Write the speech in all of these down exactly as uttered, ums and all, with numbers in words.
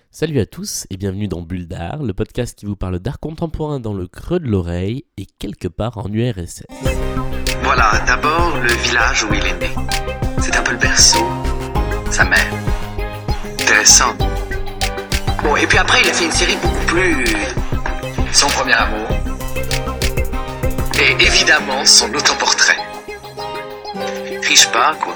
Salut à tous et bienvenue dans Bulle d'Art, le podcast qui vous parle d'art contemporain dans le creux de l'oreille et quelque part en U R S S. Voilà, d'abord le village où il est né. C'est un peu le berceau, sa mère. Intéressant. Bon, et puis après il a fait une série beaucoup plus... Son premier amour. Et évidemment son autoportrait. Triche pas, quoi.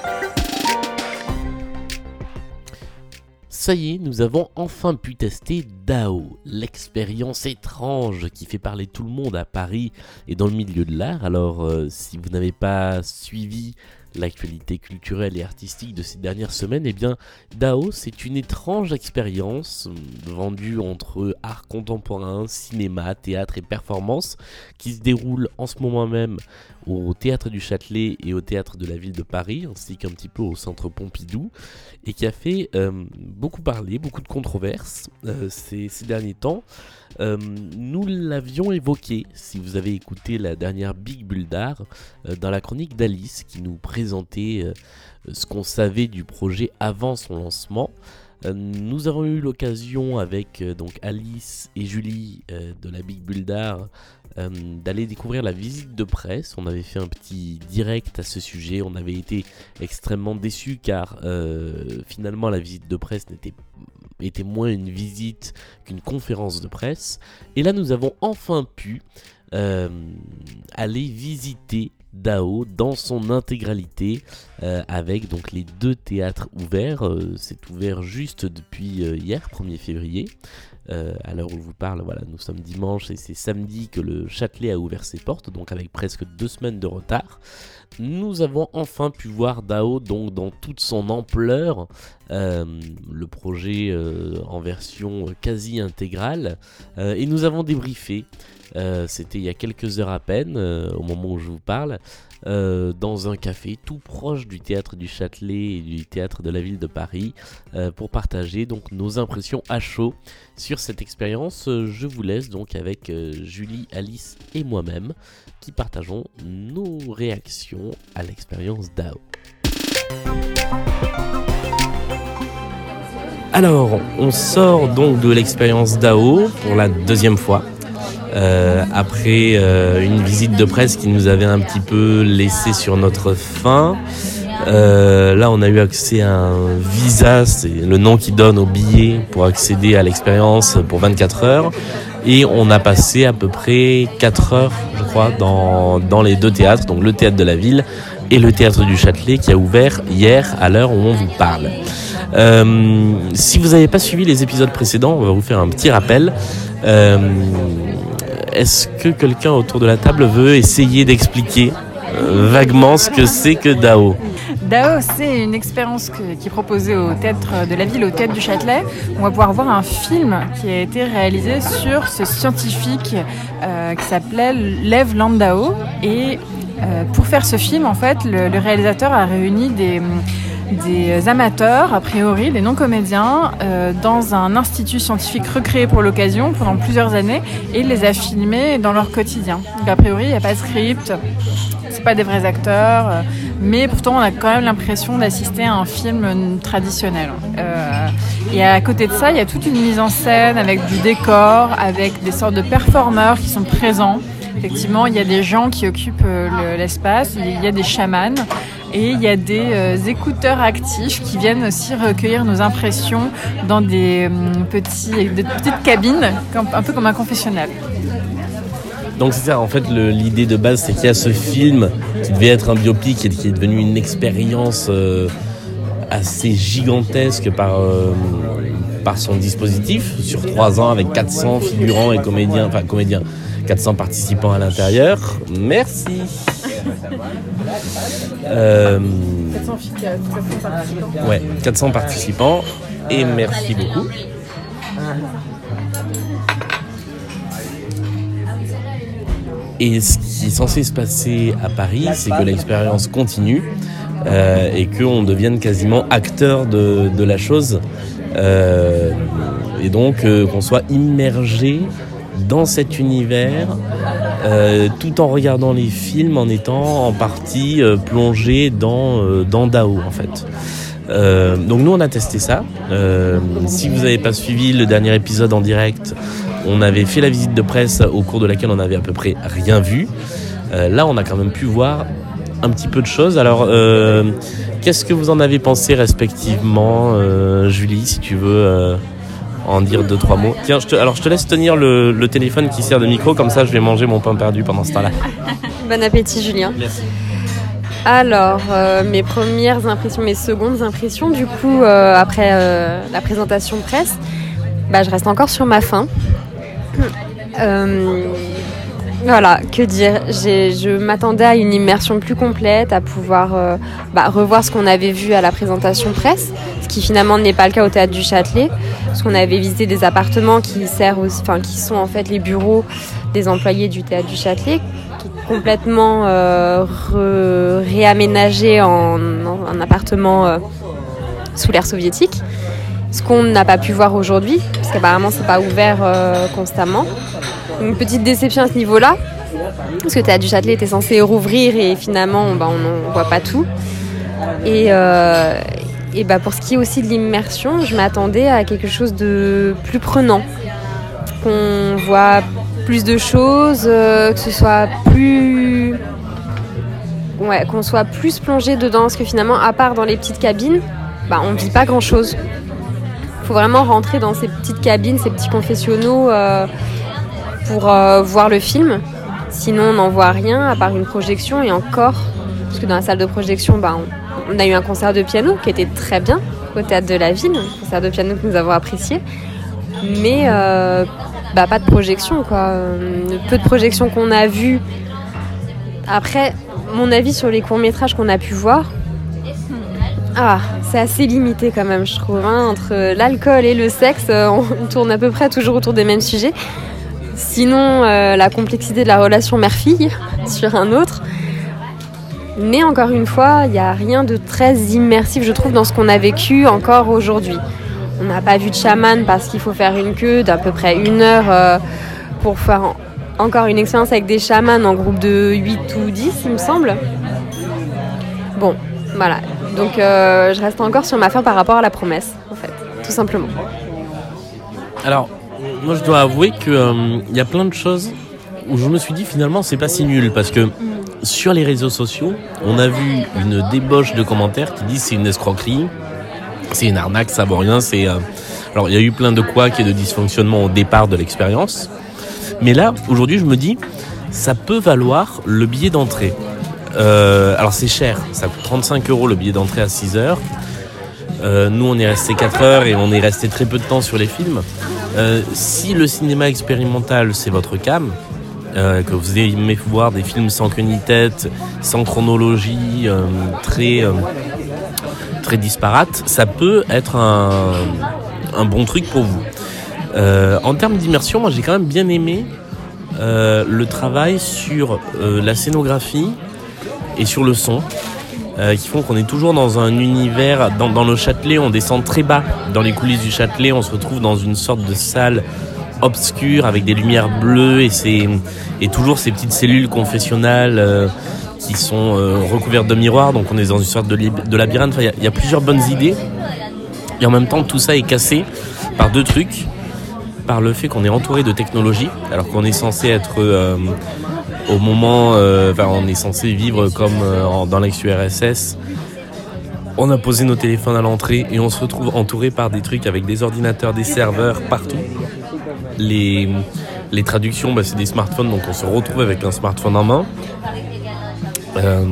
Ça y est, nous avons enfin pu tester DAO, l'expérience étrange qui fait parler tout le monde à Paris et dans le milieu de l'art. Alors, euh, si vous n'avez pas suivi l'actualité culturelle et artistique de ces dernières semaines, eh bien, DAO, c'est une étrange expérience vendue entre art contemporain, cinéma, théâtre et performance qui se déroule en ce moment même au Théâtre du Châtelet et au Théâtre de la Ville de Paris, ainsi qu'un petit peu au Centre Pompidou, et qui a fait euh, beaucoup parler, beaucoup de controverses euh, ces, ces derniers temps. Euh, nous l'avions évoqué, si vous avez écouté la dernière Big Bulle d'Art, euh, dans la chronique d'Alice, qui nous présentait euh, ce qu'on savait du projet avant son lancement. Euh, nous avons eu l'occasion avec euh, donc Alice et Julie euh, de la Big Bulle d'Art euh, d'aller découvrir la visite de presse. On avait fait un petit direct à ce sujet. On avait été extrêmement déçus car euh, finalement la visite de presse n'était était moins une visite qu'une conférence de presse. Et là nous avons enfin pu euh, aller visiter DAO dans son intégralité euh, avec donc les deux théâtres ouverts. Euh, c'est ouvert juste depuis euh, hier, premier février. Euh, à l'heure où je vous parle, voilà, nous sommes dimanche et c'est samedi que le Châtelet a ouvert ses portes, donc avec presque deux semaines de retard. Nous avons enfin pu voir DAO donc dans toute son ampleur, euh, le projet euh, en version quasi intégrale, euh, et nous avons débriefé. Euh, c'était il y a quelques heures à peine, euh, au moment où je vous parle, euh, dans un café tout proche du Théâtre du Châtelet et du Théâtre de la Ville de Paris, euh, pour partager donc nos impressions à chaud sur cette expérience. Euh, je vous laisse donc avec euh, Julie, Alice et moi-même qui partageons nos réactions à l'expérience DAO. Alors, on sort donc de l'expérience DAO pour la deuxième fois. Euh, après euh, une visite de presse qui nous avait un petit peu laissé sur notre faim. Euh, là on a eu accès à un visa, c'est le nom qu'ils donnent au billet pour accéder à l'expérience pour vingt-quatre heures, et on a passé à peu près quatre heures je crois dans, dans les deux théâtres, donc le théâtre de la ville et le théâtre du Châtelet qui a ouvert hier à l'heure où on vous parle. Euh, si vous n'avez pas suivi les épisodes précédents, on va vous faire un petit rappel. Euh, est-ce que quelqu'un autour de la table veut essayer d'expliquer euh, vaguement ce que c'est que DAO ? DAO, c'est une expérience que, qui est proposée au Théâtre de la Ville, au Théâtre du Châtelet. On va pouvoir voir un film qui a été réalisé sur ce scientifique euh, qui s'appelait Lev Landau. Et euh, pour faire ce film, en fait, le, le réalisateur a réuni des... des amateurs, a priori, des non-comédiens, euh, dans un institut scientifique recréé pour l'occasion pendant plusieurs années, et il les a filmés dans leur quotidien. Donc a priori, il n'y a pas de script, c'est pas des vrais acteurs, euh, mais pourtant on a quand même l'impression d'assister à un film traditionnel. Euh, et à côté de ça, il y a toute une mise en scène avec du décor, avec des sortes de performeurs qui sont présents. Effectivement, il y a des gens qui occupent euh, le, l'espace, il y a des chamans. Et il y a des euh, écouteurs actifs qui viennent aussi recueillir nos impressions dans des, euh, petits, des petites cabines, un peu comme un confessionnal. Donc c'est ça, en fait, le, l'idée de base, c'est qu'il y a ce film qui devait être un biopic et qui est devenu une expérience euh, assez gigantesque par, euh, par son dispositif, sur trois ans avec quatre cents figurants et comédiens, enfin comédiens, quatre cents participants à l'intérieur. Merci. Euh, ouais, quatre cents participants et merci beaucoup. Et ce qui est censé se passer à Paris, c'est que l'expérience continue euh, et qu'on devienne quasiment acteur de, de la chose euh, et donc euh, qu'on soit immergé dans cet univers euh, tout en regardant les films, en étant en partie euh, plongé dans, euh, dans DAO en fait. Euh, donc nous on a testé ça. Euh, si vous n'avez pas suivi le dernier épisode en direct, on avait fait la visite de presse au cours de laquelle on n'avait à peu près rien vu. Euh, là on a quand même pu voir un petit peu de choses. Alors euh, qu'est-ce que vous en avez pensé respectivement, euh, Julie, si tu veux euh, en dire deux trois mots. Tiens, je te, alors je te laisse tenir le, le téléphone qui sert de micro, comme ça je vais manger mon pain perdu pendant ce temps-là. Bon appétit, Julien. Merci. Alors, euh, mes premières impressions, mes secondes impressions, du coup, euh, après euh, la présentation presse, bah, je reste encore sur ma faim. Euh, voilà, que dire, J'ai, je m'attendais à une immersion plus complète, à pouvoir euh, bah, revoir ce qu'on avait vu à la présentation presse, ce qui finalement n'est pas le cas au Théâtre du Châtelet, parce qu'on avait visité des appartements qui servent aussi, enfin, qui sont en fait les bureaux des employés du Théâtre du Châtelet, complètement euh, re- réaménagé en, en, en appartement euh, sous l'ère soviétique, ce qu'on n'a pas pu voir aujourd'hui, parce qu'apparemment c'est pas ouvert euh, constamment. Une petite déception à ce niveau-là, parce que le Théâtre du Châtelet était censé rouvrir et finalement bah, on ne voit pas tout. Et, euh, et bah, pour ce qui est aussi de l'immersion, je m'attendais à quelque chose de plus prenant, qu'on voit plus de choses, euh, que ce soit plus... Ouais, qu'on soit plus plongé dedans, parce que finalement, à part dans les petites cabines, bah, on ne vit pas grand-chose. Il faut vraiment rentrer dans ces petites cabines, ces petits confessionnaux euh, pour euh, voir le film. Sinon, on n'en voit rien, à part une projection, et encore, parce que dans la salle de projection, bah, on, on a eu un concert de piano qui était très bien, au Théâtre de la Ville, un concert de piano que nous avons apprécié. Mais... Euh, Bah, pas de projection, quoi. Le peu de projections qu'on a vues. Après, mon avis sur les courts-métrages qu'on a pu voir, ah, c'est assez limité quand même, je trouve. Hein. Entre l'alcool et le sexe, on tourne à peu près toujours autour des mêmes sujets. Sinon, euh, la complexité de la relation mère-fille sur un autre. Mais encore une fois, il n'y a rien de très immersif, je trouve, dans ce qu'on a vécu encore aujourd'hui. On n'a pas vu de chaman parce qu'il faut faire une queue d'à peu près une heure euh, pour faire en- encore une expérience avec des chamans en groupe de huit ou dix, il me semble. Bon, voilà. Donc euh, je reste encore sur ma faim par rapport à la promesse, en fait, tout simplement. Alors, moi je dois avouer qu'il euh, y a plein de choses où je me suis dit finalement c'est pas si nul, parce que sur les réseaux sociaux, on a vu une débauche de commentaires qui disent c'est une escroquerie, c'est une arnaque, ça vaut rien. C'est euh... alors il y a eu plein de couacs et de dysfonctionnements au départ de l'expérience, mais là aujourd'hui je me dis ça peut valoir le billet d'entrée. Euh, alors c'est cher, ça coûte trente-cinq euros le billet d'entrée à six heures. Euh, nous on est resté quatre heures et on est resté très peu de temps sur les films. Euh, si le cinéma expérimental c'est votre cam, euh, que vous aimez voir des films sans queue ni tête, sans chronologie, euh, très euh, très disparate, ça peut être un, un bon truc pour vous. Euh, en termes d'immersion, moi j'ai quand même bien aimé euh, le travail sur euh, la scénographie et sur le son, euh, qui font qu'on est toujours dans un univers. Dans, dans le Châtelet, on descend très bas dans les coulisses du Châtelet, on se retrouve dans une sorte de salle obscure avec des lumières bleues et, c'est, et toujours ces petites cellules confessionnales euh, qui sont euh, recouvertes de miroirs, donc on est dans une sorte de, lib- de labyrinthe. Enfin, il y, y a plusieurs bonnes idées, et en même temps tout ça est cassé par deux trucs, par le fait qu'on est entouré de technologie, alors qu'on est censé être euh, au moment, euh, enfin on est censé vivre comme euh, en, dans l'ex-U R S S. On a posé nos téléphones à l'entrée et on se retrouve entouré par des trucs avec des ordinateurs, des serveurs partout. Les, les traductions, bah, c'est des smartphones, donc on se retrouve avec un smartphone en main. Euh,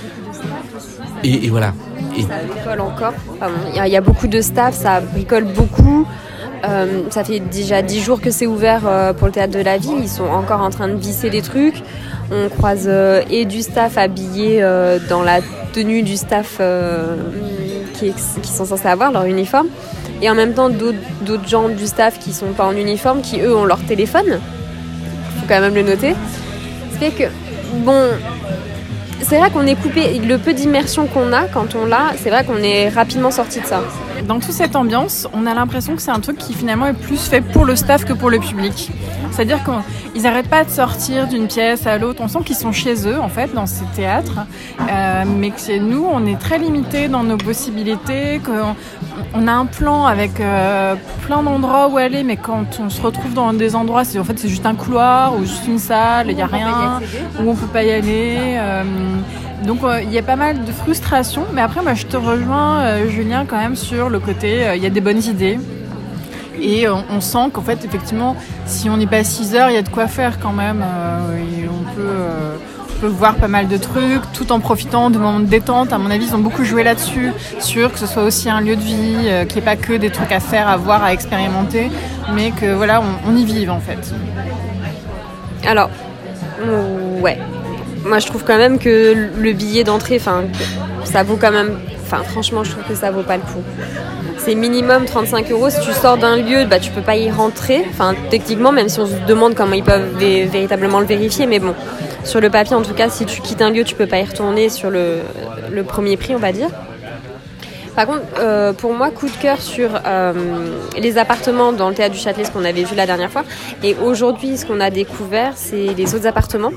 et, et voilà. Et... Ça bricole encore. Il y, y a beaucoup de staff, ça bricole beaucoup. Euh, ça fait déjà dix jours que c'est ouvert euh, pour le Théâtre de la Ville. Ils sont encore en train de visser des trucs. On croise euh, et du staff habillé euh, dans la tenue du staff euh, qui, est, qui sont censés avoir leur uniforme. Et en même temps, d'autres, d'autres gens du staff qui sont pas en uniforme, qui eux ont leur téléphone. Il faut quand même le noter. Ça fait que, bon... C'est vrai qu'on est coupé, le peu d'immersion qu'on a quand on l'a, c'est vrai qu'on est rapidement sorti de ça. Dans toute cette ambiance, on a l'impression que c'est un truc qui finalement est plus fait pour le staff que pour le public. C'est-à-dire qu'ils n'arrêtent pas de sortir d'une pièce à l'autre. On sent qu'ils sont chez eux, en fait, dans ces théâtres. Euh, mais que c'est, nous, on est très limités dans nos possibilités. Qu'on, on a un plan avec euh, plein d'endroits où aller, mais quand on se retrouve dans des endroits, c'est, en fait, c'est juste un couloir ou juste une salle, il n'y a rien, où on ne peut pas y aller. Euh, donc il euh, y a pas mal de frustration, mais après moi je te rejoins euh, Julien quand même sur le côté il euh, y a des bonnes idées et on, on sent qu'en fait effectivement si on y passe six heures il y a de quoi faire quand même euh, et on peut, euh, on peut voir pas mal de trucs tout en profitant de moments de détente. À mon avis ils ont beaucoup joué là-dessus, sur que ce soit aussi un lieu de vie, euh, qu'il n'y ait pas que des trucs à faire, à voir, à expérimenter, mais que voilà on, on y vive en fait. Alors ouais, moi je trouve quand même que le billet d'entrée, enfin, ça vaut quand même, enfin franchement je trouve que ça vaut pas le coup. C'est minimum trente-cinq euros. Si tu sors d'un lieu, bah tu peux pas y rentrer. Enfin techniquement, même si on se demande comment ils peuvent vé- véritablement le vérifier, mais bon, sur le papier en tout cas, si tu quittes un lieu, tu peux pas y retourner sur le, le premier prix, on va dire. Par contre, euh, pour moi, coup de cœur sur euh, les appartements dans le théâtre du Châtelet, ce qu'on avait vu la dernière fois. Et aujourd'hui, ce qu'on a découvert, c'est les autres appartements.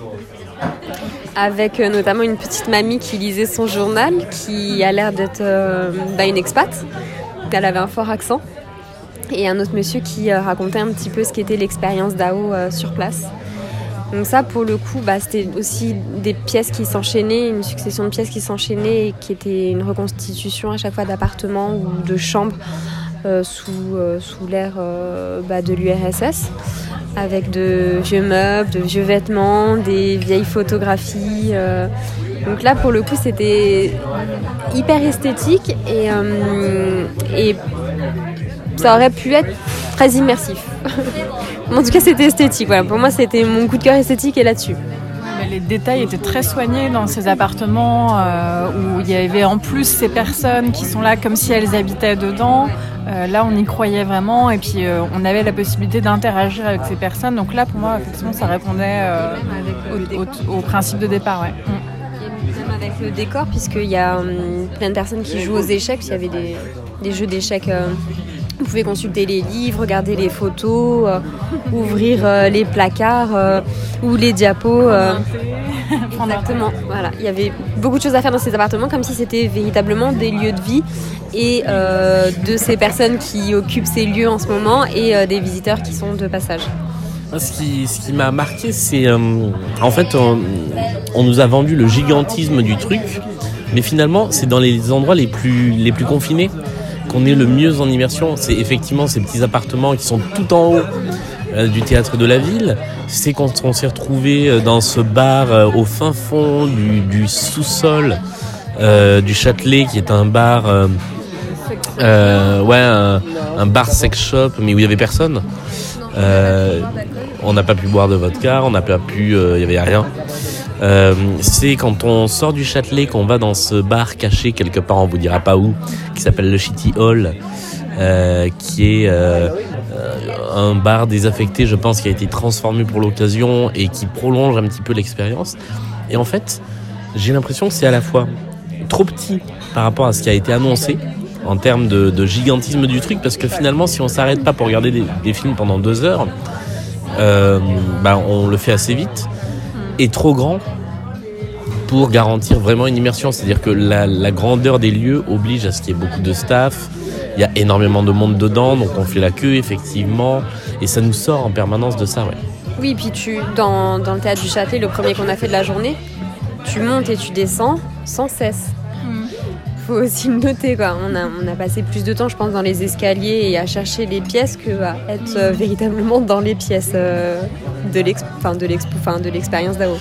Avec euh, notamment une petite mamie qui lisait son journal, qui a l'air d'être euh, bah, une expat. Elle avait un fort accent. Et un autre monsieur qui euh, racontait un petit peu ce qu'était l'expérience d'Ao euh, sur place. Donc ça, pour le coup, bah, c'était aussi des pièces qui s'enchaînaient, une succession de pièces qui s'enchaînaient et qui était une reconstitution à chaque fois d'appartements ou de chambres euh, sous, euh, sous l'ère euh, bah, de l'U R S S, avec de vieux meubles, de vieux vêtements, des vieilles photographies. Euh. Donc là, pour le coup, c'était hyper esthétique et, euh, et ça aurait pu être très immersif. En tout cas, c'était esthétique. Voilà. Pour moi, c'était mon coup de cœur esthétique et là-dessus. Les détails étaient très soignés dans ces appartements euh, où il y avait en plus ces personnes qui sont là comme si elles habitaient dedans. Euh, là, on y croyait vraiment et puis euh, on avait la possibilité d'interagir avec ces personnes. Donc là, pour moi, effectivement, ça répondait euh, au, au, au principe de départ. Ouais. Même avec le décor, puisqu'il y a hum, plein de personnes qui jouent aux échecs. Il y avait des, des jeux d'échecs. Euh, Vous pouvez consulter les livres, regarder les photos, euh, ouvrir euh, les placards euh, ou les diapos. Euh. Exactement. Voilà. Il y avait beaucoup de choses à faire dans ces appartements, comme si c'était véritablement des lieux de vie et euh, de ces personnes qui occupent ces lieux en ce moment et euh, des visiteurs qui sont de passage. Ce qui, ce qui m'a marqué, c'est euh, en fait on, on nous a vendu le gigantisme du truc, mais finalement c'est dans les endroits les plus les plus confinés qu'on est le mieux en immersion. C'est effectivement ces petits appartements qui sont tout en haut euh, du théâtre de la ville. C'est quand on s'est retrouvé dans ce bar euh, au fin fond du, du sous-sol euh, du Châtelet, qui est un bar, euh, euh, ouais, un, un bar sex shop, mais où il y avait personne. Euh, on n'a pas pu boire de vodka, on n'a pas pu, euh, il y avait rien. Euh, c'est quand on sort du Châtelet qu'on va dans ce bar caché quelque part, on vous dira pas où, qui s'appelle le Shitty Hall, euh, qui est euh, euh, un bar désaffecté, je pense, qui a été transformé pour l'occasion et qui prolonge un petit peu l'expérience. Et en fait, j'ai l'impression que c'est à la fois trop petit par rapport à ce qui a été annoncé en termes de, de gigantisme du truc, parce que finalement, si on s'arrête pas pour regarder des, des films pendant deux heures, euh, bah, on le fait assez vite. Est trop grand pour garantir vraiment une immersion. C'est-à-dire que la, la grandeur des lieux oblige à ce qu'il y ait beaucoup de staff. Il y a énormément de monde dedans, donc on fait la queue, effectivement. Et ça nous sort en permanence de ça, ouais. Oui, puis tu, dans, dans le théâtre du Châtelet, le premier qu'on a fait de la journée, tu montes et tu descends sans cesse. Mm. Faut aussi le noter, quoi. On a, on a passé plus de temps, je pense, dans les escaliers et à chercher les pièces qu'à être euh, véritablement dans les pièces euh, de, l'expo, enfin, de, l'expo, enfin, de l'expérience d'A O.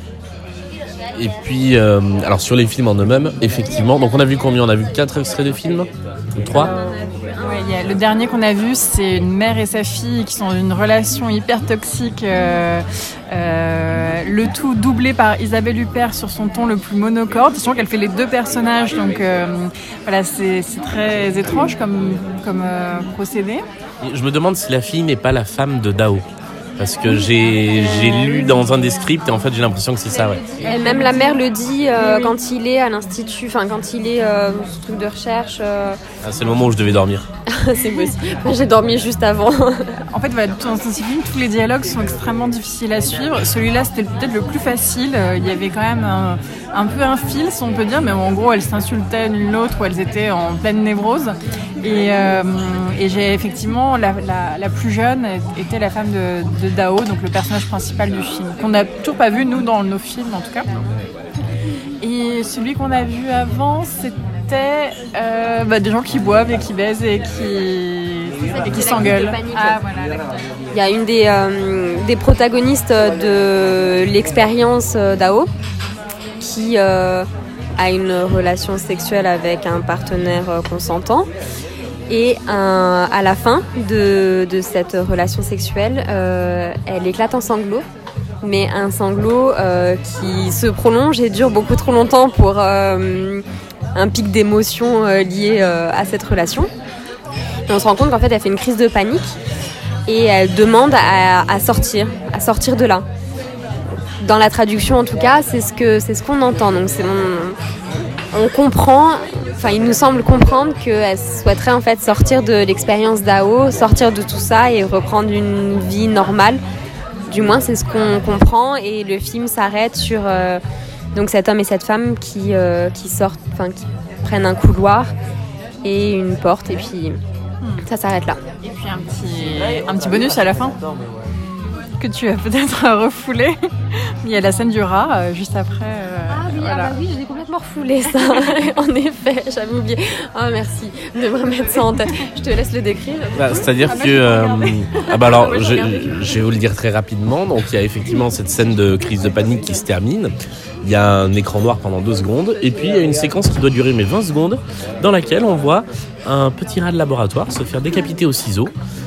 Et puis, euh, alors sur les films en eux-mêmes, effectivement, donc on a vu combien ? On a vu quatre extraits de films ? Trois ? euh, ouais, y a, le dernier qu'on a vu, c'est une mère et sa fille qui sont dans une relation hyper toxique. Euh, euh, le tout doublé par Isabelle Huppert sur son ton le plus monocorde. C'est sûr qu'elle fait les deux personnages, donc euh, voilà, c'est, c'est très étrange comme, comme euh, procédé. Et je me demande si la fille n'est pas la femme de Dao. Parce que j'ai, j'ai lu dans un des scripts et en fait j'ai l'impression que c'est ça, ouais. Et même la mère le dit euh, quand il est à l'institut, enfin quand il est euh, dans ce truc de recherche. Euh... Ah, c'est le moment où je devais dormir. C'est possible. J'ai dormi juste avant. En fait, voilà, dans ce film, tous les dialogues sont extrêmement difficiles à suivre. Celui-là, c'était peut-être le plus facile. Il y avait quand même un, un peu un fil, si on peut dire, mais en gros, elles s'insultaient l'une l'autre ou elles étaient en pleine névrose. Et, euh, et j'ai effectivement, la, la, la plus jeune était la femme de, de Dao, donc le personnage principal du film, qu'on n'a toujours pas vu, nous, dans nos films, en tout cas. Et celui qu'on a vu avant, c'était euh, bah, des gens qui boivent et qui baisent et qui, et qui s'engueulent. Ah, voilà, il y a une des, euh, des protagonistes de l'expérience Dao qui euh, a une relation sexuelle avec un partenaire consentant. Et un, à la fin de, de cette relation sexuelle, euh, elle éclate en sanglots. Mais un sanglot euh, qui se prolonge et dure beaucoup trop longtemps pour euh, un pic d'émotion euh, lié euh, à cette relation. Et on se rend compte qu'en fait, elle fait une crise de panique et elle demande à, à sortir, à sortir de là. Dans la traduction, en tout cas, c'est ce que c'est ce qu'on entend. Donc, c'est, on, on comprend. Enfin, il nous semble comprendre qu'elle souhaiterait en fait sortir de l'expérience Dao, sortir de tout ça et reprendre une vie normale. Du moins, c'est ce qu'on comprend et le film s'arrête sur euh, donc cet homme et cette femme qui euh, qui sortent, enfin qui prennent un couloir et une porte et puis hmm. ça s'arrête là. Et puis un petit un petit bonus à la fin que tu as peut-être refoulé. Il y a la scène du rat euh, juste après. Euh, ah oui, voilà. ah bah oui, je l'ai complètement refoulé ça. En effet, j'avais oublié. Ah merci de me remettre ça en tête. Je te laisse le décrire. Bah, c'est-à-dire ah, que euh, ah bah alors je, je vais vous le dire très rapidement. Donc il y a effectivement cette scène de crise de panique qui se termine. Il y a un écran noir pendant deux secondes et puis il y a une séquence qui doit durer mais vingt secondes dans laquelle on voit un petit rat de laboratoire se faire décapiter au ciseau.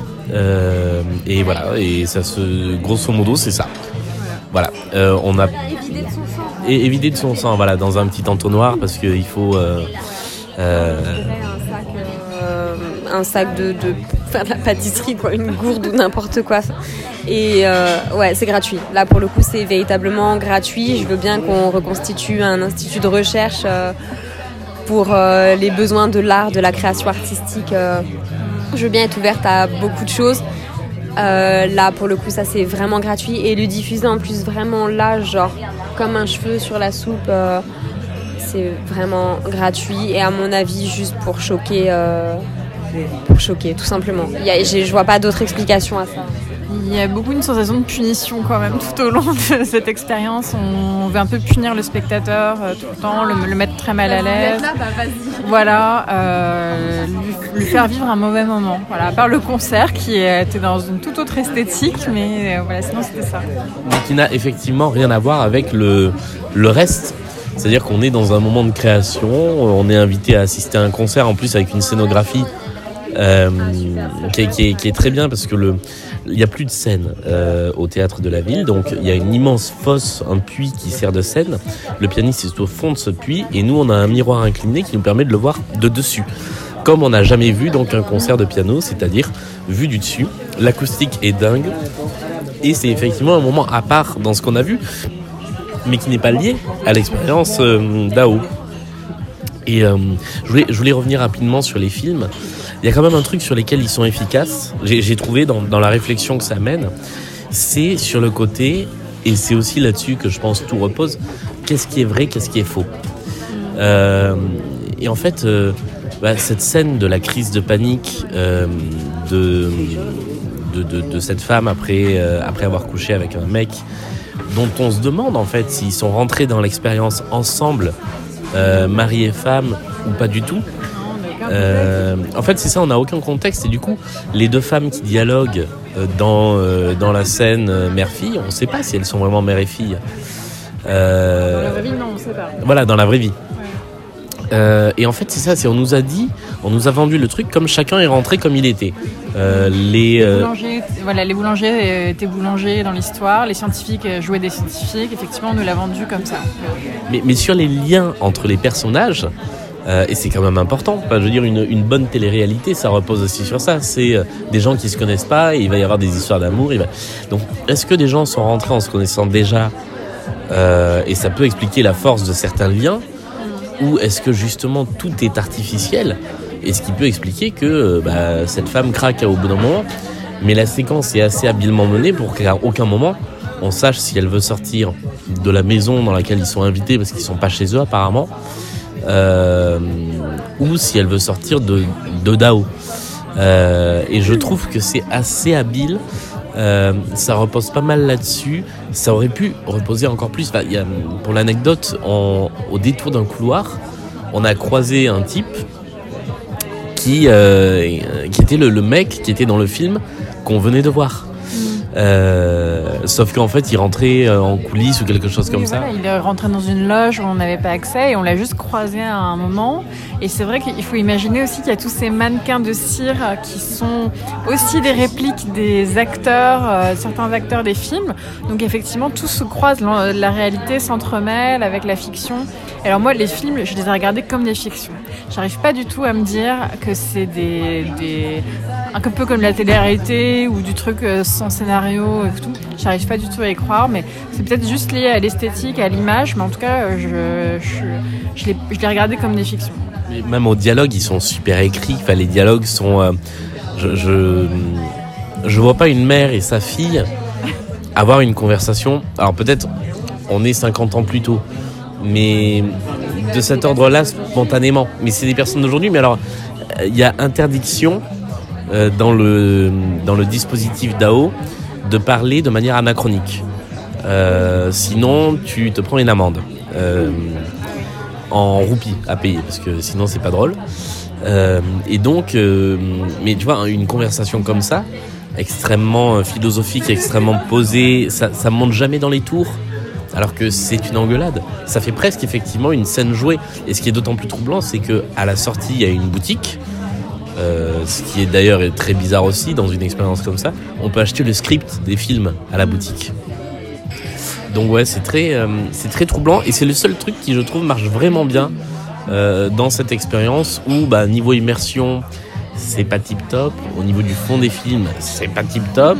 Euh, et voilà, et ça se, grosso modo, c'est ça. Voilà, euh, on a évidé de son sang. Et évidé de son sang, voilà, dans un petit entonnoir parce qu'il faut. Euh, euh, un sac, euh, un sac de, de faire de la pâtisserie, quoi, une gourde ou n'importe quoi. Et euh, ouais, c'est gratuit. Là, pour le coup, c'est véritablement gratuit. Je veux bien qu'on reconstitue un institut de recherche euh, pour euh, les besoins de l'art, de la création artistique. Euh, Je veux bien être ouverte à beaucoup de choses. Euh, là, pour le coup, ça c'est vraiment gratuit. Et le diffuser en plus vraiment là, genre comme un cheveu sur la soupe, euh, c'est vraiment gratuit. Et à mon avis, juste pour choquer, euh, pour choquer, tout simplement. Il y a, je vois pas d'autre explication à ça. Il y a beaucoup une sensation de punition quand même tout au long de cette expérience. On veut un peu punir le spectateur euh, tout le temps, le, le mettre très mal à l'aise. Là, bah, vas-y. Voilà, euh, lui, lui faire vivre un mauvais moment. Voilà, à part le concert qui était dans une toute autre esthétique, mais euh, voilà, sinon c'était ça. Mais qui n'a effectivement rien à voir avec le, le reste. C'est-à-dire qu'on est dans un moment de création, on est invité à assister à un concert en plus avec une scénographie euh, qui, est, qui, est, qui est très bien parce que le il n'y a plus de scène euh, au théâtre de la ville, donc il y a une immense fosse, un puits qui sert de scène. Le pianiste est au fond de ce puits et nous on a un miroir incliné qui nous permet de le voir de dessus. Comme on n'a jamais vu donc un concert de piano, c'est-à-dire vu du dessus. L'acoustique est dingue et c'est effectivement un moment à part dans ce qu'on a vu, mais qui n'est pas lié à l'expérience euh, Dao. Et euh, je, voulais, je voulais revenir rapidement sur les films. Il y a quand même un truc sur lesquels ils sont efficaces, j'ai, j'ai trouvé dans, dans la réflexion que ça mène, c'est sur le côté, et c'est aussi là-dessus que je pense tout repose, qu'est-ce qui est vrai, qu'est-ce qui est faux. Euh, et en fait, euh, bah, cette scène de la crise de panique euh, de, de, de, de cette femme après, euh, après avoir couché avec un mec, dont on se demande en fait s'ils sont rentrés dans l'expérience ensemble, euh, mari et femme, ou pas du tout. Euh, en fait c'est ça, on n'a aucun contexte et du coup les deux femmes qui dialoguent euh, dans, euh, dans la scène euh, mère-fille, on ne sait pas si elles sont vraiment mère et fille. Euh, dans la vraie vie, non, on ne sait pas. Voilà, dans la vraie vie. Ouais. Euh, et en fait c'est ça, c'est on nous a dit, on nous a vendu le truc comme chacun est rentré comme il était. Euh, les, les boulangers, euh... voilà, les boulangers étaient boulangers dans l'histoire, les scientifiques jouaient des scientifiques. Effectivement, on nous l'a vendu comme ça. Mais, mais sur les liens entre les personnages. Euh, et c'est quand même important. Enfin, je veux dire, une, une bonne télé-réalité, ça repose aussi sur ça. C'est euh, des gens qui se connaissent pas et il va y avoir des histoires d'amour. Il va... Donc, est-ce que des gens sont rentrés en se connaissant déjà euh, et ça peut expliquer la force de certains liens, ou est-ce que justement tout est artificiel et ce qui peut expliquer que euh, bah, cette femme craque au bout d'un moment. Mais la séquence est assez habilement menée pour qu'à aucun moment on sache si elle veut sortir de la maison dans laquelle ils sont invités parce qu'ils sont pas chez eux apparemment. Euh, ou si elle veut sortir de, de Dao. Euh, et je trouve que c'est assez habile. Euh, ça repose pas mal là-dessus. Ça aurait pu reposer encore plus. Enfin, y a, pour l'anecdote, on, au détour d'un couloir, on a croisé un type qui, euh, qui était le, le mec qui était dans le film qu'on venait de voir. Euh, sauf qu'en fait il rentrait en coulisses ou quelque chose oui, comme voilà, ça. Il est rentré dans une loge où on n'avait pas accès et on l'a juste croisé à un moment. Et c'est vrai qu'il faut imaginer aussi qu'il y a tous ces mannequins de cire qui sont aussi des répliques des acteurs, euh, certains acteurs des films. Donc effectivement tout se croise, la réalité s'entremêle avec la fiction. Et alors moi les films je les ai regardés comme des fictions. J'arrive pas du tout à me dire que c'est des, des un peu comme la télé-réalité ou du truc sans scénario et tout. J'arrive pas du tout à y croire, mais c'est peut-être juste lié à l'esthétique, à l'image, mais en tout cas, je, je, je, les, je les regardais comme des fictions. Mais même au dialogue, ils sont super écrits. Enfin, les dialogues sont... Euh, je, je, je vois pas une mère et sa fille avoir une conversation. Alors peut-être, on est cinquante ans plus tôt, mais de cet ordre-là, spontanément. Mais c'est des personnes d'aujourd'hui, mais alors, il y a interdiction euh, dans, le, dans le dispositif Dao de parler de manière anachronique. Euh, sinon, tu te prends une amende euh, en roupies à payer, parce que sinon, c'est pas drôle. Euh, et donc, euh, mais tu vois, une conversation comme ça, extrêmement philosophique, extrêmement posée, ça, ça monte jamais dans les tours, alors que c'est une engueulade. Ça fait presque effectivement une scène jouée. Et ce qui est d'autant plus troublant, c'est que à la sortie, il y a une boutique. Euh, ce qui est d'ailleurs très bizarre aussi dans une expérience comme ça, on peut acheter le script des films à la boutique. Donc ouais, c'est très, euh, c'est très troublant et c'est le seul truc qui je trouve marche vraiment bien euh, dans cette expérience où bah, niveau immersion c'est pas tip top, au niveau du fond des films c'est pas tip top.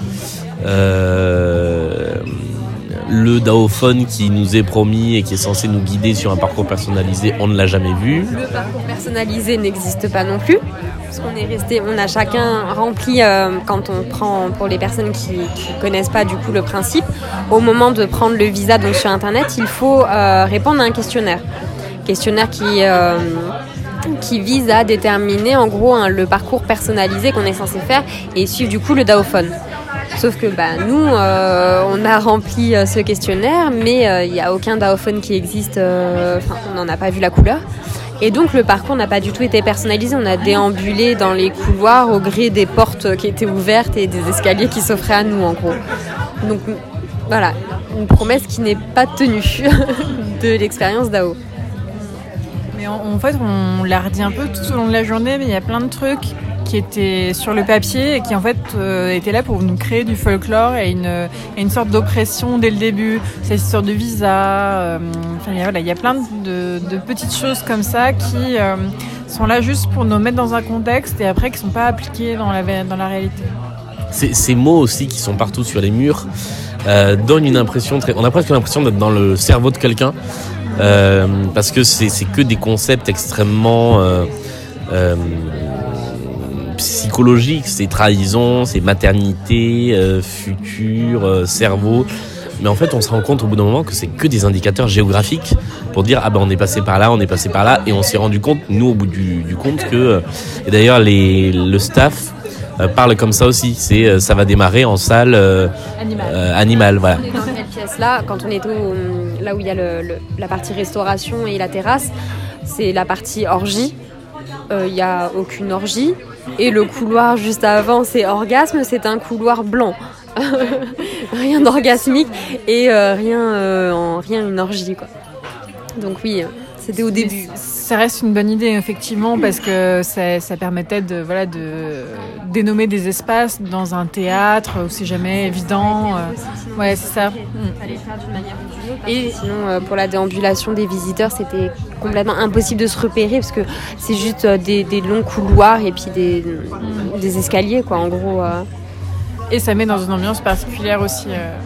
Euh, le Daophone qui nous est promis et qui est censé nous guider sur un parcours personnalisé, on ne l'a jamais vu. Le parcours personnalisé n'existe pas non plus, parce qu'on est resté, on a chacun rempli, euh, quand on prend, pour les personnes qui ne connaissent pas du coup le principe, au moment de prendre le visa donc sur internet, il faut euh, répondre à un questionnaire. Questionnaire qui, euh, qui vise à déterminer en gros hein, le parcours personnalisé qu'on est censé faire et suivre du coup le Daophone. Sauf que bah, nous, euh, on a rempli euh, ce questionnaire, mais il euh, n'y a aucun Daophone qui existe, euh, on n'en a pas vu la couleur. Et donc le parcours n'a pas du tout été personnalisé, on a déambulé dans les couloirs au gré des portes qui étaient ouvertes et des escaliers qui s'offraient à nous en gros. Donc voilà, une promesse qui n'est pas tenue de l'expérience Dao. Mais en, en fait, on l'a redit un peu tout au long de la journée, mais il y a plein de trucs qui étaient sur le papier et qui en fait euh, étaient là pour nous créer du folklore et une, et une sorte d'oppression dès le début. Cette histoire de visa, euh, enfin, il y a, voilà, il y a plein de, de petites choses comme ça qui euh, sont là juste pour nous mettre dans un contexte et après qui ne sont pas appliquées dans la, dans la réalité. Ces, ces mots aussi qui sont partout sur les murs euh, donnent une impression très... On a presque l'impression d'être dans le cerveau de quelqu'un euh, parce que c'est, c'est que des concepts extrêmement... Euh, euh, psychologique, c'est trahison, c'est maternité, euh, futur, euh, cerveau. Mais en fait, on se rend compte au bout d'un moment que c'est que des indicateurs géographiques pour dire ah ben on est passé par là, on est passé par là, et on s'est rendu compte, nous au bout du, du compte que et d'ailleurs les le staff euh, parle comme ça aussi. C'est euh, ça va démarrer en salle euh, Animal. Euh, animal, voilà. On est dans cette pièce-là, quand on est au, là où il y a le, le, la partie restauration et la terrasse, c'est la partie orgie. Il euh, n'y a aucune orgie. Et le couloir juste avant, c'est orgasme, c'est un couloir blanc. Rien d'orgasmique et euh, rien, euh, en, rien une orgie, quoi. Donc oui, C'était au début. Ça reste une bonne idée, effectivement, parce que ça, ça permettait de, voilà, de dénommer des espaces dans un théâtre où c'est jamais évident. Ouais, c'est ça. Il fallait faire d'une manière ou d'une autre. Et sinon, pour la déambulation des visiteurs, c'était complètement impossible de se repérer parce que c'est juste des, des longs couloirs et puis des, des escaliers, quoi, en gros. Et ça met dans une ambiance particulière aussi. Euh...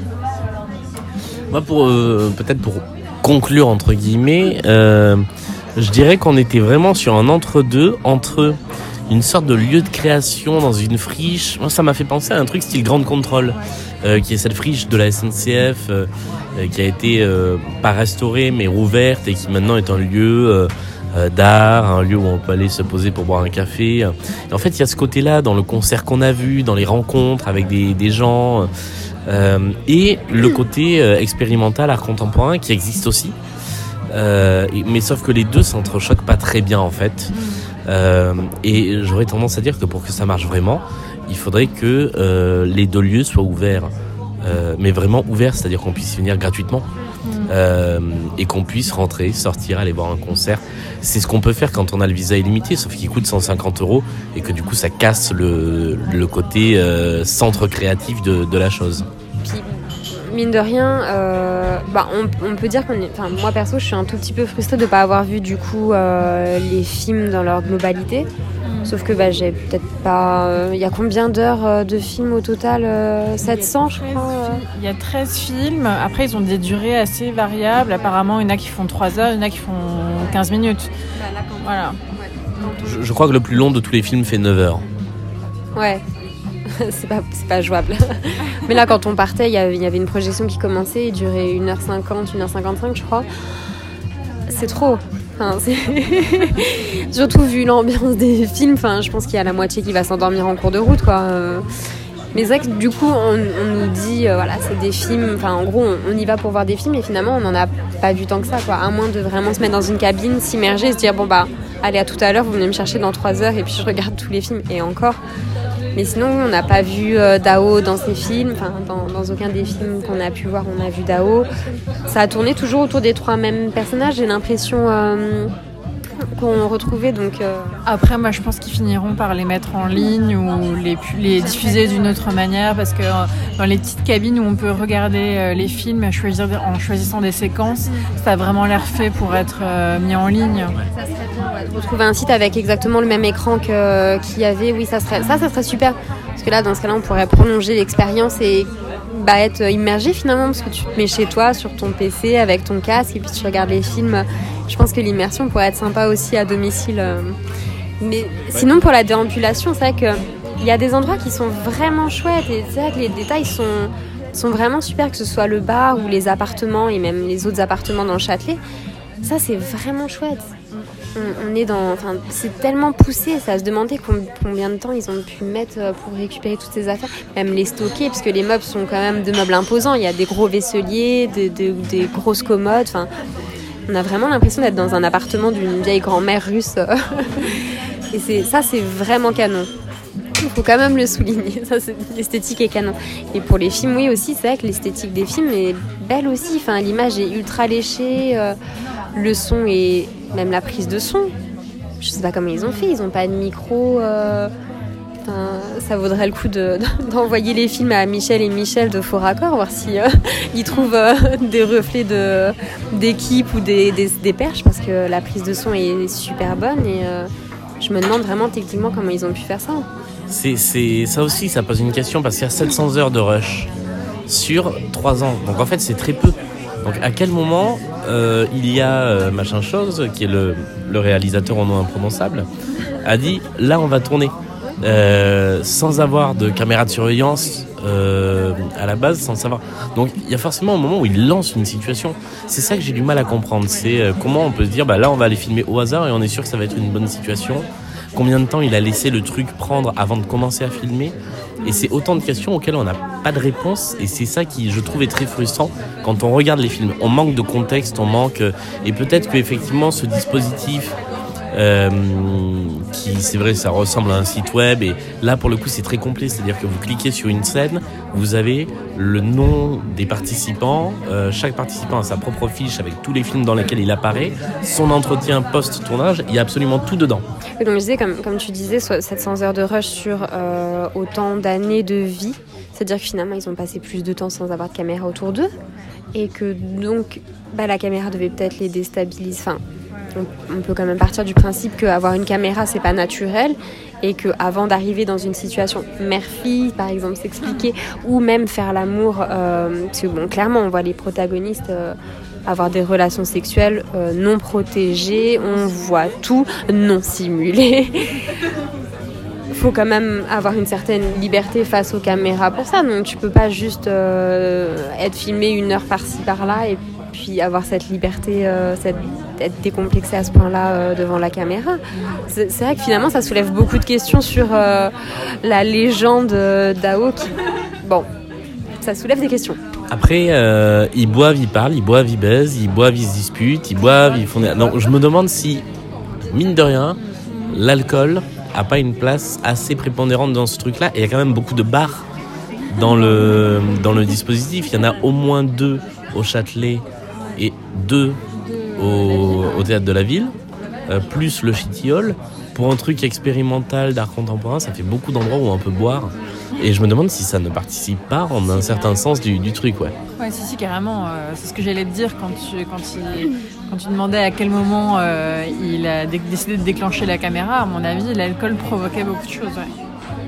Moi, pour euh, peut-être pour conclure entre guillemets, euh, je dirais qu'on était vraiment sur un entre-deux entre une sorte de lieu de création dans une friche. Moi, ça m'a fait penser à un truc style Grande Contrôle, euh, qui est cette friche de la S N C F euh, qui a été euh, pas restaurée mais rouverte et qui maintenant est un lieu euh, euh, d'art, un lieu où on peut aller se poser pour boire un café. Et en fait, il y a ce côté-là dans le concert qu'on a vu, dans les rencontres avec des, des gens. Euh, et le côté euh, expérimental, art contemporain qui existe aussi, euh, et, mais sauf que les deux s'entrechoquent pas très bien en fait. Euh, et j'aurais tendance à dire que pour que ça marche vraiment, il faudrait que euh, les deux lieux soient ouverts, euh, mais vraiment ouverts, c'est-à-dire qu'on puisse y venir gratuitement euh, et qu'on puisse rentrer, sortir, aller voir un concert. C'est ce qu'on peut faire quand on a le visa illimité, sauf qu'il coûte cent cinquante euros et que du coup ça casse le, le côté euh, centre créatif de, de la chose. Puis, mine de rien, euh, bah, on, on peut dire qu'on est, enfin, moi perso, je suis un tout petit peu frustrée de ne pas avoir vu du coup euh, les films dans leur globalité. Sauf que bah, j'ai peut-être pas. Il euh, y a combien d'heures euh, de films au total euh, sept cents, je crois. Euh... Il y a treize films. Après, ils ont des durées assez variables. Apparemment, il y en a qui font trois heures, il y en a qui font quinze minutes. Bah, là, quand voilà. Ouais. Je, je crois que le plus long de tous les films fait neuf heures. Ouais. c'est, pas, c'est pas jouable. Mais là, quand on partait, il y avait une projection qui commençait. Il durait une heure cinquante, une heure cinquante-cinq, je crois. C'est trop. Enfin, c'est... Surtout vu l'ambiance des films, enfin, je pense qu'il y a la moitié qui va s'endormir en cours de route, quoi. Mais c'est vrai que du coup, on, on nous dit, euh, voilà, c'est des films. Enfin, en gros, on, on y va pour voir des films, et finalement, on n'en a pas vu tant que ça, quoi. À moins de vraiment se mettre dans une cabine, s'immerger, et se dire, bon bah, allez, à tout à l'heure, vous venez me chercher dans trois heures, et puis je regarde tous les films, et encore. Mais sinon, on n'a pas vu euh, Dao dans ces films, enfin, dans, dans aucun des films qu'on a pu voir, on a vu Dao. Ça a tourné toujours autour des trois mêmes personnages, j'ai l'impression euh, qu'on retrouvait. Donc, euh... Après, moi, je pense qu'ils finiront par les mettre en ligne ou les, les diffuser d'une autre manière, parce que euh, dans les petites cabines où on peut regarder euh, les films à choisir, en choisissant des séquences, ça a vraiment l'air fait pour être euh, mis en ligne. Ça serait bien, ouais, de retrouver un site avec exactement le même écran que, qu'il y avait, oui, ça serait, ça, ça serait super. Parce que là, dans ce cas-là, on pourrait prolonger l'expérience et bah, être immergé finalement, parce que tu te mets chez toi sur ton P C avec ton casque et puis tu regardes les films. Je pense que l'immersion pourrait être sympa aussi à domicile. Mais sinon, pour la déambulation, c'est vrai qu'il y a des endroits qui sont vraiment chouettes et c'est vrai que les détails sont, sont vraiment super, que ce soit le bar ou les appartements et même les autres appartements dans le Châtelet. Ça, c'est vraiment chouette. On, on est dans, enfin, c'est tellement poussé, ça se demandait combien de temps ils ont pu mettre pour récupérer toutes ces affaires, même les stocker, parce que les meubles sont quand même des meubles imposants. Il y a des gros vaisseliers, des, des, des grosses commodes. Enfin, on a vraiment l'impression d'être dans un appartement d'une vieille grand-mère russe. Et c'est, ça, c'est vraiment canon. Il faut quand même le souligner. Ça, c'est, l'esthétique est canon. Et pour les films, oui aussi, c'est vrai que l'esthétique des films est belle aussi. Enfin, l'image est ultra léchée. Euh, le son et même la prise de son. Je sais pas comment ils ont fait. Ils ont pas de micro. Euh, enfin, ça vaudrait le coup de, de, d'envoyer les films à Michel et Michel de Faux Raccord, voir si euh, ils trouvent euh, des reflets de, d'équipe ou des, des, des perches, parce que la prise de son est super bonne et euh, je me demande vraiment techniquement comment ils ont pu faire ça. C'est, c'est, ça aussi, ça pose une question, parce qu'il y a sept cents heures de rush sur trois ans. Donc en fait, c'est très peu. Donc à quel moment euh, il y a euh, machin chose, qui est le, le réalisateur au nom imprononçable, a dit là on va tourner euh, sans avoir de caméra de surveillance euh, à la base, sans savoir. Donc il y a forcément un moment où il lance une situation. C'est ça que j'ai du mal à comprendre. C'est euh, comment on peut se dire bah là on va aller filmer au hasard et on est sûr que ça va être une bonne situation. Combien de temps il a laissé le truc prendre avant de commencer à filmer. Et c'est autant de questions auxquelles on n'a pas de réponse. Et c'est ça qui, je trouve, est très frustrant quand on regarde les films. On manque de contexte, on manque... Et peut-être qu'effectivement, ce dispositif euh, qui, c'est vrai, ça ressemble à un site web. Et là, pour le coup, c'est très complet. C'est-à-dire que vous cliquez sur une scène, vous avez le nom des participants. Euh, chaque participant a sa propre fiche avec tous les films dans lesquels il apparaît, son entretien post-tournage. Il y a absolument tout dedans. Et donc, je disais, comme, comme tu disais, sept cents heures de rush sur euh, autant d'années de vie. C'est-à-dire que finalement, ils ont passé plus de temps sans avoir de caméra autour d'eux. Et que donc, bah, la caméra devait peut-être les déstabiliser. Enfin, on, on peut quand même partir du principe qu'avoir une caméra, c'est pas naturel. Et qu'avant d'arriver dans une situation mère-fille, par exemple, s'expliquer, ou même faire l'amour, euh, parce que bon, clairement, on voit les protagonistes euh, avoir des relations sexuelles euh, non protégées, on voit tout non simulé. Il faut quand même avoir une certaine liberté face aux caméras pour ça, donc tu peux pas juste euh, être filmé une heure par-ci par-là et puis avoir cette liberté, euh, cette, être décomplexé à ce point-là euh, devant la caméra. C'est, c'est vrai que finalement ça soulève beaucoup de questions sur euh, la légende d'Ao qui... Bon, ça soulève des questions. Après, euh, ils boivent, ils parlent, ils boivent, ils baisent, ils boivent, ils se disputent, ils boivent, ils font des... Non, je me demande si, mine de rien, l'alcool a pas une place assez prépondérante dans ce truc-là. Et il y a quand même beaucoup de bars dans le, dans le dispositif. Il y en a au moins deux au Châtelet et deux au, au Théâtre de la Ville, euh, plus le Shitty Hall. Pour un truc expérimental d'art contemporain, ça fait beaucoup d'endroits où on peut boire. Et je me demande si ça ne participe pas en un certain sens du, du truc, ouais. Ouais, si, si, carrément. Euh, c'est ce que j'allais te dire quand tu, quand il, quand tu demandais à quel moment euh, il a dé- décidé de déclencher la caméra. À mon avis, l'alcool provoquait beaucoup de choses, ouais.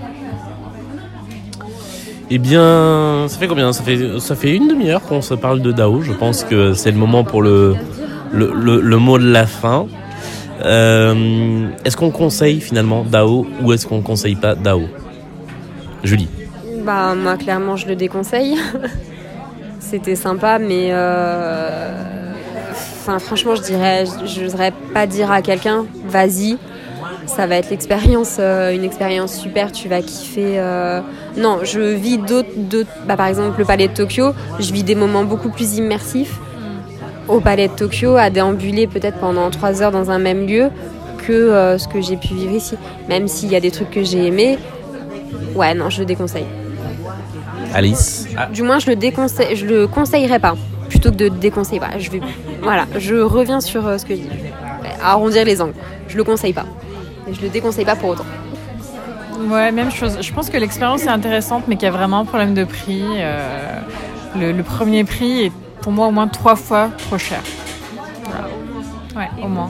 Eh bien, ça fait combien ? Ça fait, ça fait une demi-heure qu'on se parle de Dao. Je pense que c'est le moment pour le, le, le, le mot de la fin. Euh, est-ce qu'on conseille finalement Dao ou est-ce qu'on conseille pas Dao ? Julie. Bah moi clairement je le déconseille. C'était sympa mais euh... enfin franchement je dirais je n'oserais pas dire à quelqu'un vas-y, ça va être l'expérience euh, une expérience super, tu vas kiffer euh... non, je vis d'autres, d'autres... Bah, par exemple le Palais de Tokyo, je vis des moments beaucoup plus immersifs au Palais de Tokyo à déambuler peut-être pendant trois heures dans un même lieu que euh, ce que j'ai pu vivre ici, même s'il y a des trucs que j'ai aimés. Ouais, non, je le déconseille. Alice. Ah. Du moins, je le déconseille, je le conseillerais pas, plutôt que de déconseiller. Voilà, je vais, voilà, je reviens sur euh, ce que je dis. Arrondir les angles. Je le conseille pas. Et je le déconseille pas pour autant. Ouais, même chose. Je pense que l'expérience est intéressante, mais qu'il y a vraiment un problème de prix. Euh, le, le premier prix est pour moi au moins trois fois trop cher. Voilà. Ouais, au moins.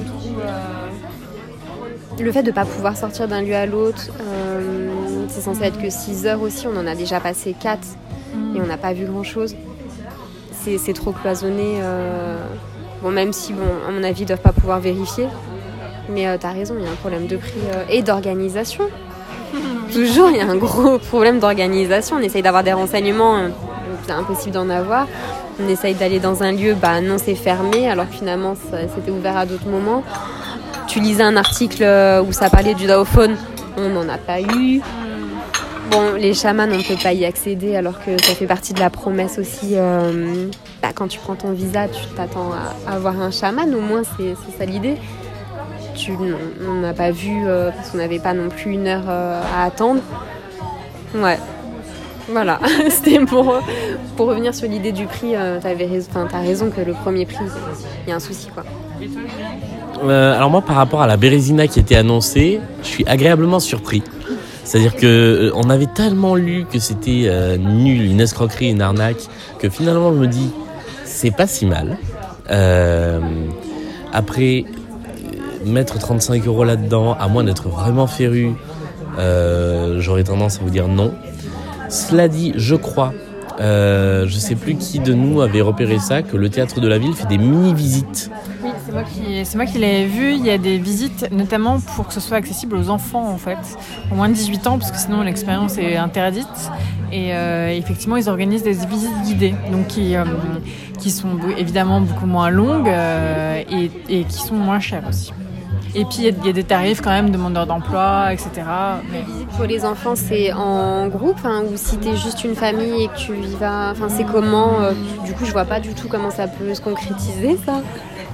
Le fait de ne pas pouvoir sortir d'un lieu à l'autre, euh, c'est censé être que six heures aussi, on en a déjà passé quatre mmh. et on n'a pas vu grand-chose. C'est, c'est trop cloisonné. Euh... Bon, même si, bon, à mon avis, ils ne doivent pas pouvoir vérifier. Mais euh, tu as raison, il y a un problème de prix euh, et d'organisation. Toujours, il y a un gros problème d'organisation. On essaye d'avoir des renseignements, euh, c'est impossible d'en avoir. On essaye d'aller dans un lieu, bah non, c'est fermé, alors que finalement, ça, c'était ouvert à d'autres moments. Tu lisais un article où ça parlait du Daophone, on n'en a pas eu. Bon, les chamans, on ne peut pas y accéder alors que ça fait partie de la promesse aussi. Euh, bah, quand tu prends ton visa, tu t'attends à, à avoir un chaman, au moins c'est, c'est ça l'idée. Tu, on n'a pas vu euh, parce qu'on n'avait pas non plus une heure euh, à attendre. Ouais, voilà. C'était pour, pour revenir sur l'idée du prix. Euh, t'avais raison, t'as raison que le premier prix, il y a un souci, quoi. Euh, alors moi, par rapport à la Bérésina qui était annoncée, je suis agréablement surpris. C'est-à-dire que euh, on avait tellement lu que c'était euh, nul, une escroquerie, une arnaque, que finalement je me dis c'est pas si mal. Euh, après mettre trente-cinq euros là-dedans, à moins d'être vraiment féru, euh, j'aurais tendance à vous dire non. Cela dit, je crois, euh, je sais plus qui de nous avait repéré ça, que le Théâtre de la Ville fait des mini-visites. Oui, c'est moi qui, c'est moi qui l'avais vu. Il y a des visites, notamment pour que ce soit accessible aux enfants, en fait, au moins de dix-huit ans, parce que sinon l'expérience est interdite. Et euh, effectivement, ils organisent des visites guidées, donc qui, euh, qui sont évidemment beaucoup moins longues euh, et, et qui sont moins chères aussi. Et puis, il y, y a des tarifs quand même, demandeurs d'emploi, et cetera. Mais... Pour les enfants, c'est en groupe, hein, ou si t'es juste une famille et que tu y vas... Enfin, c'est comment euh, Du coup, je vois pas du tout comment ça peut se concrétiser, ça.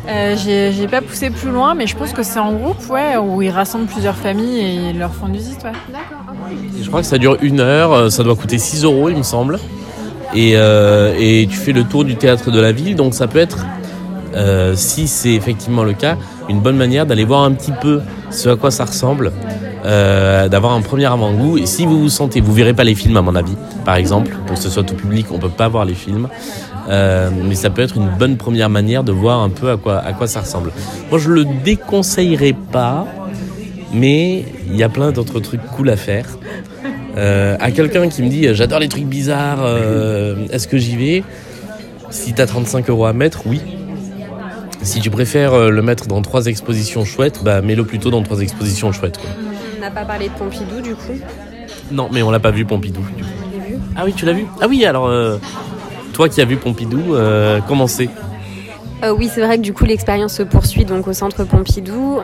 Euh, j'ai, j'ai pas poussé plus loin, mais je pense que c'est en groupe, ouais, où ils rassemblent plusieurs familles et ils leur font une visite, ouais. Et je crois que ça dure une heure, ça doit coûter six euros, il me semble. Et, euh, et tu fais le tour du théâtre de la ville, donc ça peut être, euh, si c'est effectivement le cas, une bonne manière d'aller voir un petit peu ce à quoi ça ressemble, euh, d'avoir un premier avant-goût. Et si vous vous sentez, vous verrez pas les films à mon avis, par exemple, pour que ce soit tout public, on peut pas voir les films. Euh, mais ça peut être une bonne première manière de voir un peu à quoi, à quoi ça ressemble. Moi, je le déconseillerais pas, mais il y a plein d'autres trucs cool à faire. Euh, à quelqu'un qui me dit j'adore les trucs bizarres, euh, est-ce que j'y vais ? Si t'as trente-cinq euros à mettre, oui. Si tu préfères le mettre dans trois expositions chouettes, bah mets-le plutôt dans trois expositions chouettes, quoi. On n'a pas parlé de Pompidou du coup. Non, mais on l'a pas vu Pompidou. Du coup. Je l'ai vu. Ah oui, tu l'as vu ? Ah oui, alors euh, toi qui as vu Pompidou, euh, comment c'est ? Euh, oui, c'est vrai que du coup l'expérience se poursuit donc au centre Pompidou.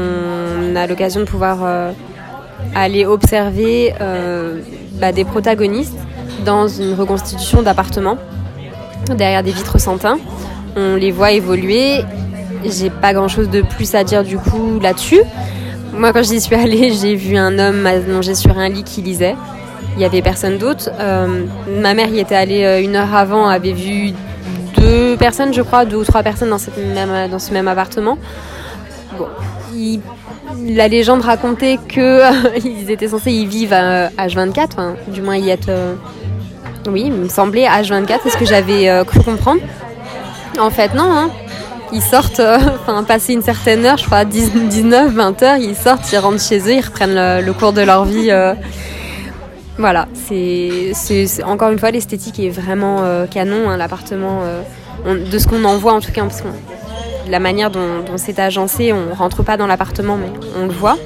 On a l'occasion de pouvoir euh, aller observer euh, bah, des protagonistes dans une reconstitution d'appartements derrière des vitres sans teint. On les voit évoluer. J'ai pas grand chose de plus à dire du coup là-dessus. Moi, quand j'y suis allée, j'ai vu un homme allongé sur un lit qui lisait. Il y avait personne d'autre. Euh, ma mère y était allée une heure avant, avait vu deux personnes, je crois, deux ou trois personnes dans, cette même, dans ce même appartement. Bon, il, la légende racontait qu'ils étaient censés y vivre à H vingt-quatre, hein, du moins y être. Euh, oui, il me semblait H vingt-quatre, c'est ce que j'avais euh, cru comprendre. En fait, non, hein. Ils sortent, enfin, euh, passer une certaine heure, je crois, dix-neuf, vingt heures, ils sortent, ils rentrent chez eux, ils reprennent le, le cours de leur vie. Euh. Voilà, c'est, c'est, c'est encore une fois, l'esthétique est vraiment euh, canon, hein, l'appartement, euh, on, de ce qu'on en voit en tout cas, parce que la manière dont, dont c'est agencé, on rentre pas dans l'appartement, mais on le voit.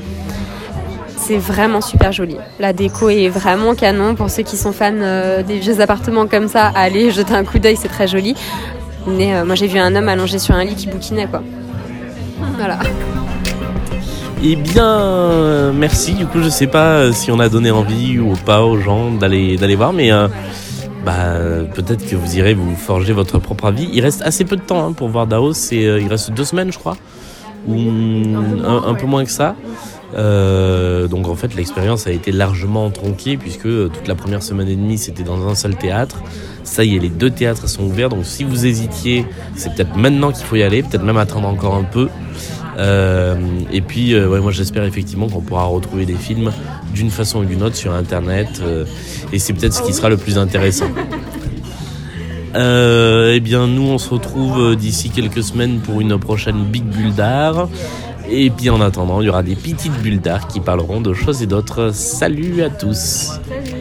C'est vraiment super joli. La déco est vraiment canon. Pour ceux qui sont fans euh, des vieux appartements comme ça, allez jeter un coup d'œil, c'est très joli. Mais euh, moi j'ai vu un homme allongé sur un lit qui bouquinait, quoi. Voilà. Eh bien, euh, merci. Du coup, je sais pas si on a donné envie ou pas aux gens d'aller d'aller voir, mais euh, bah peut-être que vous irez vous forger votre propre avis. Il reste assez peu de temps hein, pour voir Dao. C'est euh, il reste deux semaines, je crois, ou un, un peu moins que ça. Euh, donc en fait l'expérience a été largement tronquée puisque toute la première semaine et demie c'était dans un seul théâtre. Ça y est, les deux théâtres sont ouverts, donc si vous hésitiez, c'est peut-être maintenant qu'il faut y aller, peut-être même attendre encore un peu. Euh, et puis euh, ouais, moi j'espère effectivement qu'on pourra retrouver des films d'une façon ou d'une autre sur internet, euh, et c'est peut-être ce qui sera le plus intéressant. Euh, eh bien nous on se retrouve d'ici quelques semaines pour une prochaine Big Bulle d'art. Et puis en attendant, il y aura des petites bulles d'art qui parleront de choses et d'autres. Salut à tous. Salut.